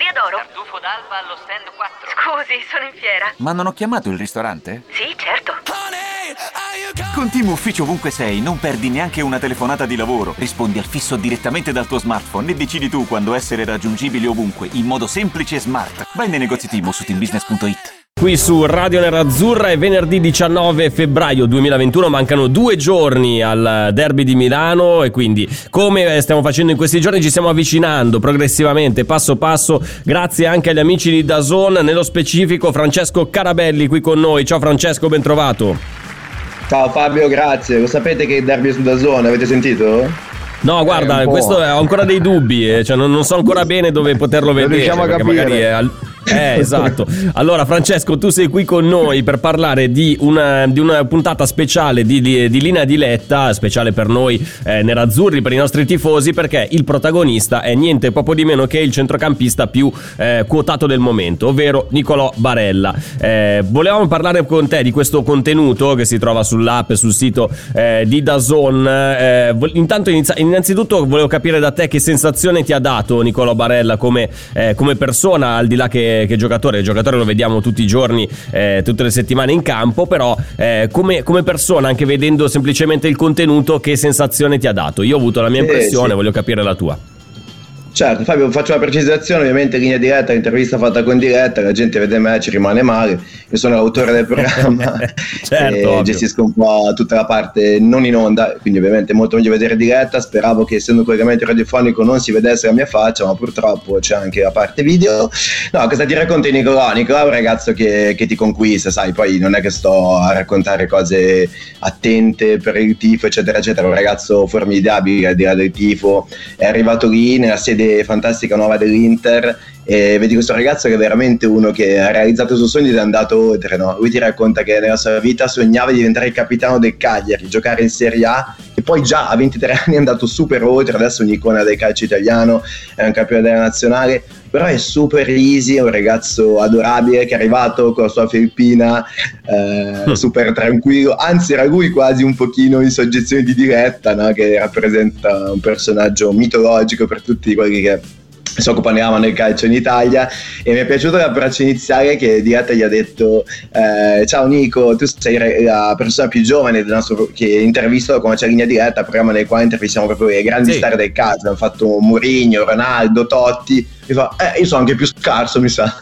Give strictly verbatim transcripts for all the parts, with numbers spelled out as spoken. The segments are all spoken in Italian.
Storia d'oro. Tartufo d'alba allo stand quattro. Scusi, sono in fiera. Ma non ho chiamato il ristorante? Sì, certo. Con Team Ufficio ovunque sei, non perdi neanche una telefonata di lavoro. Rispondi al fisso direttamente dal tuo smartphone e decidi tu quando essere raggiungibile ovunque, in modo semplice e smart. Vai nei negozi Team o su team business punto it. Qui su Radio Nerazzurra è venerdì diciannove febbraio duemilaventuno, mancano due giorni al derby di Milano e quindi, come stiamo facendo in questi giorni, ci stiamo avvicinando progressivamente, passo passo, grazie anche agli amici di D A Z N, nello specifico Francesco Carabelli qui con noi. Ciao Francesco, ben trovato. Ciao Fabio, grazie. Lo sapete che il derby è su D A Z N, avete sentito? No, guarda, questo ho ancora dei dubbi, eh. cioè non, non so ancora bene dove poterlo vedere. Non riusciamo a capire. Magari è al... Eh, esatto. Allora, Francesco, tu sei qui con noi per parlare di una, di una puntata speciale di, di, di Linea Diletta, speciale per noi eh, nerazzurri, per i nostri tifosi, perché il protagonista è niente poco di meno che il centrocampista più eh, quotato del momento, ovvero Nicolò Barella. Eh, volevamo parlare con te di questo contenuto che si trova sull'app e sul sito eh, di D A Z N. Eh, intanto, inizia, innanzitutto, volevo capire da te che sensazione ti ha dato Nicolò Barella come, eh, come persona, al di là che che giocatore, il giocatore lo vediamo tutti i giorni, eh, tutte le settimane in campo, però eh, come, come persona, anche vedendo semplicemente il contenuto, che sensazione ti ha dato? Io ho avuto la mia impressione, eh, sì. Voglio capire la tua. Certo, Fabio, faccio una precisazione, ovviamente Linea Diretta, l'intervista fatta con Diretta, la gente vede me, ci rimane male, io sono l'autore del programma certo, e ovvio. gestisco un po' tutta la parte non in onda, quindi ovviamente è molto meglio vedere Diretta. Speravo che essendo un collegamento radiofonico non si vedesse la mia faccia, ma purtroppo c'è anche la parte video. No, cosa ti racconti Nicolò? Nicolò è un ragazzo che, che ti conquista, sai, poi non è che sto a raccontare cose attente per il tifo eccetera eccetera, è un ragazzo formidabile al di là del tifo, è arrivato lì nella sede fantastica nuova dell'Inter e vedi questo ragazzo che è veramente uno che ha realizzato il suo sogno ed è andato oltre, no? Lui ti racconta che nella sua vita sognava di diventare il capitano del Cagliari, giocare in Serie A, e poi già a ventitré anni è andato super oltre, adesso è un'icona del calcio italiano, è un campione della nazionale, però è super easy, è un ragazzo adorabile che è arrivato con la sua felpina eh, super tranquillo, anzi era lui quasi un pochino in soggezione di Diretta, no? Che rappresenta un personaggio mitologico per tutti quelli che si occupano del calcio in Italia, e mi è piaciuto l'approccio iniziale che Diretta gli ha detto eh, ciao Nico, tu sei la persona più giovane del nostro, che intervisto con c'è Linea Diretta, programma nel quale intervistiamo proprio le grandi sì. star del calcio, hanno fatto Mourinho, Ronaldo, Totti. Mi fa, eh, io sono anche più scarso, mi sa.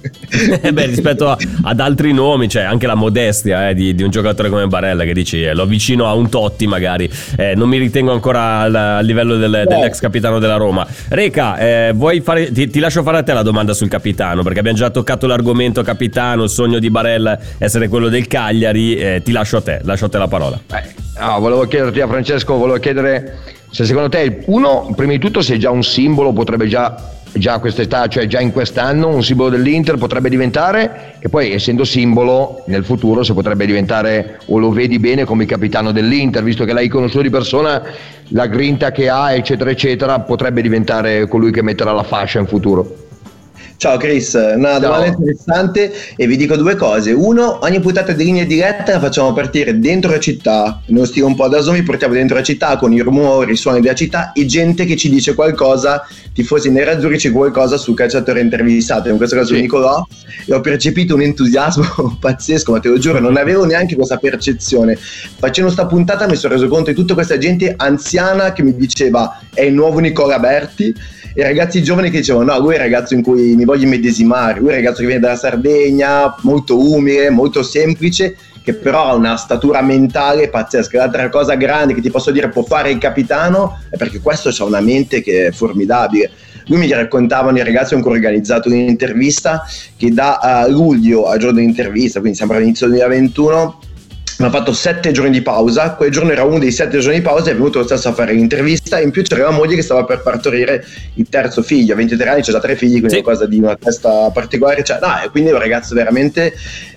Beh, rispetto a, ad altri nomi, c'è anche la modestia eh, di, di un giocatore come Barella, che dici eh, lo avvicino a un Totti magari, eh, non mi ritengo ancora al, al livello del, dell'ex capitano della Roma. Reca, eh, vuoi fare, ti, ti lascio fare a te la domanda sul capitano, perché abbiamo già toccato l'argomento capitano, il sogno di Barella essere quello del Cagliari, eh, ti lascio a te, lascio a te la parola. Eh, no, volevo chiederti a Francesco, volevo chiedere se secondo te, uno, prima di tutto, se è già un simbolo, potrebbe già già a quest'età, cioè già in quest'anno, un simbolo dell'Inter potrebbe diventare, e poi essendo simbolo nel futuro se potrebbe diventare, o lo vedi bene come il capitano dell'Inter, visto che l'hai conosciuto di persona, la grinta che ha eccetera eccetera, potrebbe diventare colui che metterà la fascia in futuro. Ciao Chris, una domanda interessante, e vi dico due cose. Uno, ogni puntata di Linea Diretta la facciamo partire dentro la città, nello stile un po' da zombie, portiamo dentro la città con i rumori, i suoni della città e gente che ci dice qualcosa, tifosi nerazzurri, c'è qualcosa sul calciatore intervistato, in questo caso sì. Nicolò, e ho percepito un entusiasmo pazzesco, ma te lo giuro, non avevo neanche questa percezione. Facendo sta puntata mi sono reso conto di tutta questa gente anziana che mi diceva è il nuovo Nicola Berti, e ragazzi giovani che dicevano no, lui è il ragazzo in cui mi voglio immedesimare, lui è il ragazzo che viene dalla Sardegna, molto umile, molto semplice, che però ha una statura mentale pazzesca. L'altra cosa grande che ti posso dire può fare il capitano è perché questo c'ha una mente che è formidabile. Lui mi raccontava, il ragazzo che ho organizzato un'intervista, che da uh, luglio al giorno dell'intervista, quindi sembra l'inizio duemilaventuno, mi ha fatto sette giorni di pausa. Quel giorno era uno dei sette giorni di pausa, è venuto lo stesso a fare l'intervista, e in più c'era la moglie che stava per partorire il terzo figlio, a ventitré anni, c'è già tre figli, quindi sì. Qualcosa di una testa particolare, cioè, no, quindi è un ragazzo veramente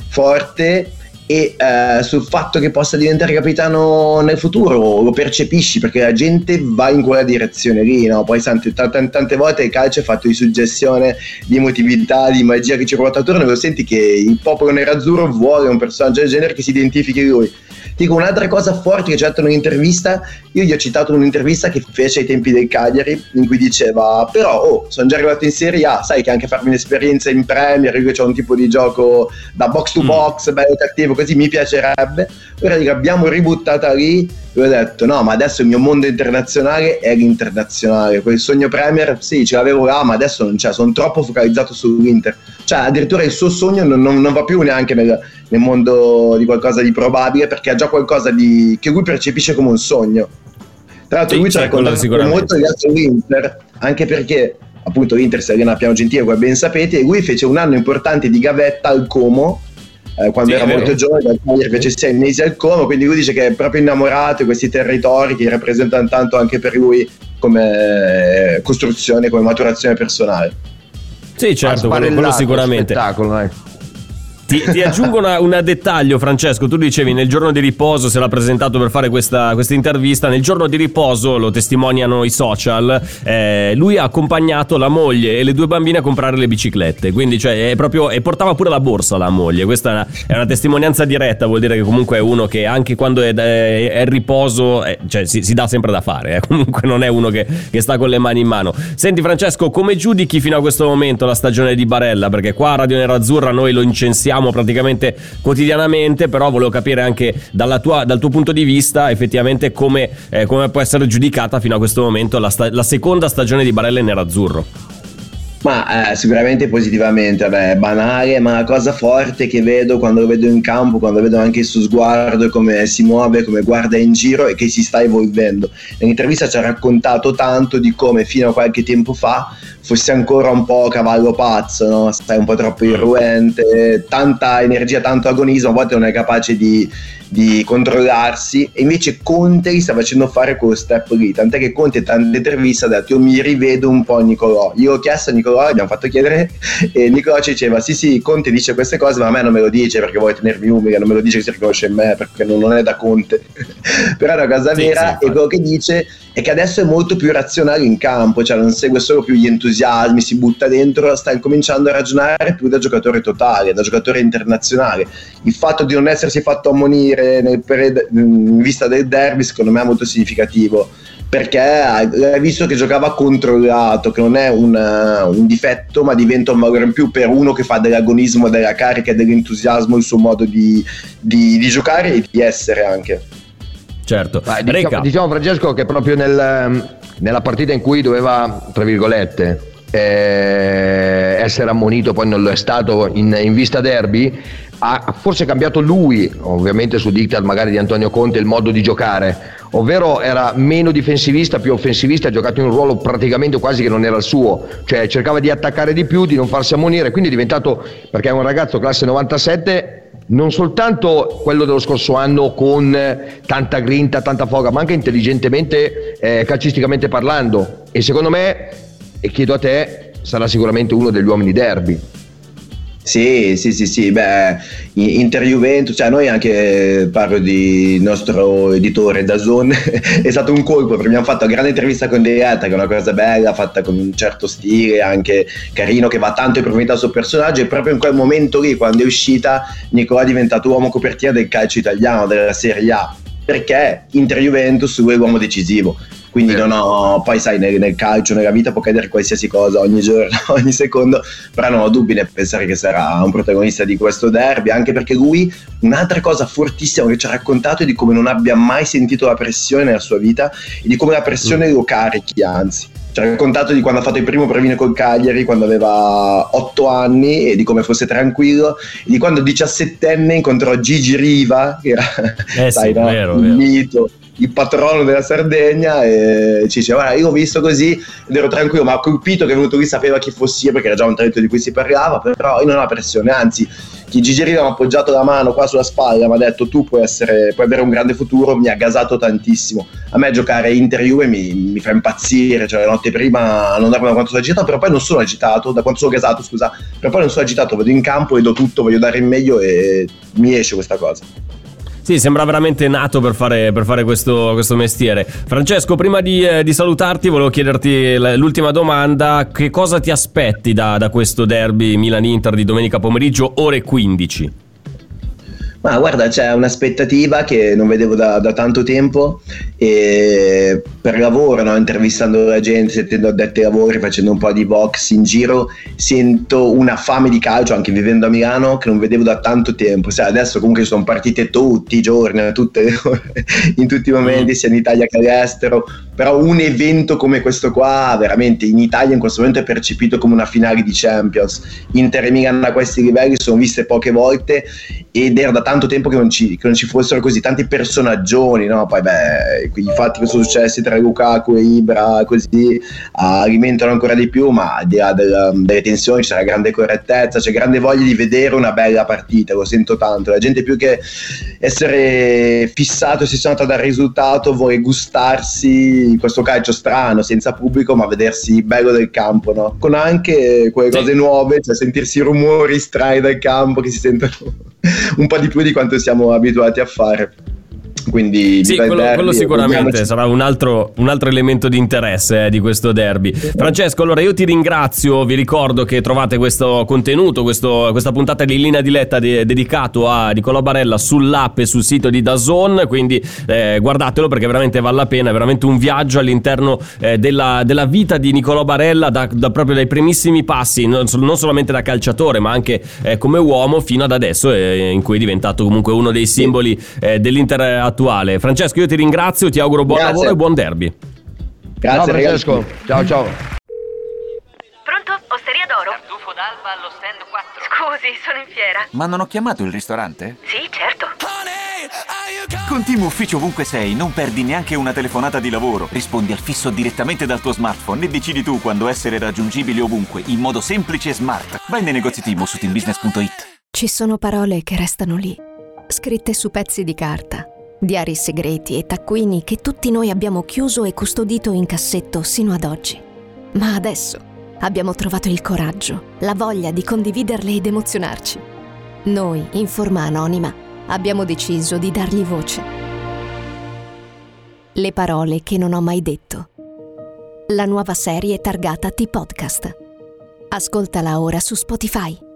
forte, e eh, sul fatto che possa diventare capitano nel futuro lo percepisci, perché la gente va in quella direzione lì, no? Poi tante, tante, tante volte il calcio è fatto di suggestione, di emotività, di magia che ci ruota attorno, e lo senti che il popolo nerazzurro vuole un personaggio del genere che si identifichi lui. Ti dico un'altra cosa forte che c'è stata in un'intervista, io gli ho citato un'intervista che fece ai tempi del Cagliari in cui diceva però oh, sono già arrivato in Serie A, sai che anche farmi un'esperienza in Premier, io c'ho un tipo di gioco da box to box, mm. bello cattivo, così mi piacerebbe. Ora l'abbiamo ributtata lì e ho detto no, ma adesso il mio mondo internazionale è l'internazionale, quel sogno Premier sì ce l'avevo là, ma adesso non c'è, sono troppo focalizzato sull'Inter, cioè addirittura il suo sogno non, non, non va più neanche nel, nel mondo di qualcosa di probabile, perché ha già qualcosa di che lui percepisce come un sogno. Tra l'altro sì, lui ci ha raccontato molto legato all'Inter, anche perché appunto l'Inter si allena a Piano Gentile, come ben sapete, e lui fece un anno importante di gavetta al Como, eh, quando sì, era molto giovane, fece sei mesi al Como, quindi lui dice che è proprio innamorato di questi territori che rappresentano tanto anche per lui come costruzione, come maturazione personale. Sì, certo, quello, quello sicuramente. Spettacolo, eh. Ti, ti aggiungo una, un dettaglio, Francesco. Tu dicevi nel giorno di riposo, se l'ha presentato per fare questa, questa intervista. Nel giorno di riposo, lo testimoniano i social, eh, lui ha accompagnato la moglie e le due bambine a comprare le biciclette. Quindi cioè, è proprio, e portava pure la borsa la moglie. Questa è una, è una testimonianza diretta, vuol dire che comunque è uno che anche quando è, è, è in riposo è, cioè, si, si dà sempre da fare, eh. Comunque non è uno che, che sta con le mani in mano. Senti Francesco, come giudichi fino a questo momento la stagione di Barella? Perché qua a Radio Nerazzurra noi lo incensiamo praticamente quotidianamente, però volevo capire anche dalla tua, dal tuo punto di vista effettivamente come, eh, come può essere giudicata fino a questo momento la, sta- la seconda stagione di Barella in Nerazzurro. Ma eh, sicuramente positivamente, vabbè, è banale, ma la cosa forte che vedo quando lo vedo in campo, quando vedo anche il suo sguardo, come si muove, come guarda in giro, è che si sta evolvendo. Nell'intervista ci ha raccontato tanto di come fino a qualche tempo fa fosse ancora un po' cavallo pazzo, no? Stai un po' troppo irruente, tanta energia, tanto agonismo, a volte non è capace di, di controllarsi, e invece Conte gli sta facendo fare quello step lì, tant'è che Conte in tante interviste ha detto io mi rivedo un po' a Nicolò. Io ho chiesto a Nicolò, abbiamo fatto chiedere, e Nicolò ci diceva sì sì, Conte dice queste cose ma a me non me lo dice perché vuole tenermi umile, non me lo dice che si riconosce in me perché non, non è da Conte. Però è una cosa sì, vera, sì, e quello che dice è che adesso è molto più razionale in campo, cioè non segue solo più gli entusiasmi, si butta dentro, sta incominciando a ragionare più da giocatore totale, da giocatore internazionale. Il fatto di non essersi fatto ammonire nel periodo, in vista del derby, secondo me è molto significativo, perché hai visto che giocava controllato, che non è un, un difetto ma diventa un valore in più per uno che fa dell'agonismo, della carica e dell'entusiasmo il suo modo di, di, di giocare e di essere anche. Certo. Vai, diciamo, diciamo Francesco che proprio nel, nella partita in cui doveva, tra virgolette, eh, essere ammonito, poi non lo è stato in, in vista derby, ha forse cambiato lui, ovviamente su diktat magari di Antonio Conte, il modo di giocare, ovvero era meno difensivista, più offensivista, ha giocato in un ruolo praticamente quasi che non era il suo, cioè cercava di attaccare di più, di non farsi ammonire, quindi è diventato, perché è un ragazzo classe novantasette, non soltanto quello dello scorso anno con tanta grinta, tanta foga, ma anche intelligentemente, eh, calcisticamente parlando, e secondo me, e chiedo a te, sarà sicuramente uno degli uomini derby. Sì, sì, sì, sì, beh, Inter Juventus, cioè noi anche, parlo di nostro editore DAZN, è stato un colpo perché abbiamo fatto una grande intervista con Diretta, che è una cosa bella, fatta con un certo stile, anche carino, che va tanto in profondità sul personaggio, e proprio in quel momento lì, quando è uscita, Nicolò è diventato uomo copertina del calcio italiano, della Serie A, perché Inter Juventus lui è l'uomo decisivo. Quindi non ho, poi sai, nel, nel calcio, nella vita può accadere qualsiasi cosa ogni giorno, ogni secondo, però non ho dubbi nel pensare che sarà un protagonista di questo derby, anche perché lui, un'altra cosa fortissima che ci ha raccontato è di come non abbia mai sentito la pressione nella sua vita e di come la pressione lo carichi, anzi. Ci ha raccontato di quando ha fatto il primo provino col Cagliari, quando aveva otto anni, e di come fosse tranquillo, e di quando diciassettenne incontrò Gigi Riva, che era eh sai, sì, no? vero, il vero. mito, il patrono della Sardegna, e ci diceva guarda, io l'ho visto così ed ero tranquillo, ma ha colpito che è venuto lì, sapeva chi fossi io perché era già un talento di cui si parlava, però io non ho la pressione, anzi chi Gigi Riva mi ha appoggiato la mano qua sulla spalla, mi ha detto tu puoi essere, puoi avere un grande futuro, mi ha gasato tantissimo. A me giocare Inter Juve mi, mi fa impazzire, cioè la notte prima non da quanto sono agitato, però poi non sono agitato, da quanto sono gasato scusa, però poi non sono agitato, vado in campo e do tutto, voglio dare il meglio e mi esce questa cosa. Sì, sembra veramente nato per fare, per fare questo, questo mestiere. Francesco, prima di, eh, di salutarti volevo chiederti l'ultima domanda: che cosa ti aspetti da, da questo derby Milan-Inter di domenica pomeriggio ore quindici? Ma guarda, c'è un'aspettativa che non vedevo da, da tanto tempo, e per lavoro, no? Intervistando la gente, sentendo addetti ai lavori, facendo un po' di box in giro, sento una fame di calcio, anche vivendo a Milano, che non vedevo da tanto tempo. Sai, adesso comunque sono partite tutti i giorni, a tutte le ore, in tutti i momenti, sia in Italia che all'estero, però un evento come questo qua veramente in Italia in questo momento è percepito come una finale di Champions. Inter e Milan a questi livelli sono viste poche volte, ed era da tanto tempo che non ci, che non ci fossero così tanti personaggioni, no? Poi beh, i fatti che sono successi tra Lukaku e Ibra così alimentano ancora di più, ma al di là del, delle tensioni c'è una grande correttezza, c'è grande voglia di vedere una bella partita, lo sento tanto. La gente, più che essere fissato e ossessionato dal risultato, vuole gustarsi questo calcio strano senza pubblico, ma vedersi bello del campo, no? Con anche quelle cose sì. nuove, cioè sentirsi rumori strani dal campo che si sentono un po' di più di quanto siamo abituati a fare. Quindi sì, quello, quello sicuramente sarà un altro, un altro elemento di interesse eh, di questo derby. Francesco, allora io ti ringrazio, vi ricordo che trovate questo contenuto, questo, questa puntata di Linea Diletta de- dedicato a Nicolò Barella sull'app e sul sito di D A Z N, quindi eh, guardatelo perché veramente vale la pena, è veramente un viaggio all'interno eh, della, della vita di Nicolò Barella, da, da proprio dai primissimi passi, non, non solamente da calciatore ma anche eh, come uomo fino ad adesso, eh, in cui è diventato comunque uno dei simboli eh, dell'Inter attuale. Francesco, io ti ringrazio, ti auguro buon Grazie. lavoro e buon derby. Grazie, ciao Francesco, ciao ciao. Pronto? Osteria d'Oro? Tartufo d'Alba allo stand quattro. Scusi, sono in fiera. Ma non ho chiamato il ristorante? Sì, certo. Con Team Ufficio ovunque sei non perdi neanche una telefonata di lavoro. Rispondi al fisso direttamente dal tuo smartphone e decidi tu quando essere raggiungibile ovunque, in modo semplice e smart. Vai nei negozi Team o su team business punto it. Ci sono parole che restano lì, scritte su pezzi di carta, diari segreti e taccuini che tutti noi abbiamo chiuso e custodito in cassetto sino ad oggi. Ma adesso abbiamo trovato il coraggio, la voglia di condividerle ed emozionarci. Noi, in forma anonima, abbiamo deciso di dargli voce. Le parole che non ho mai detto. La nuova serie targata T-Podcast. Ascoltala ora su Spotify.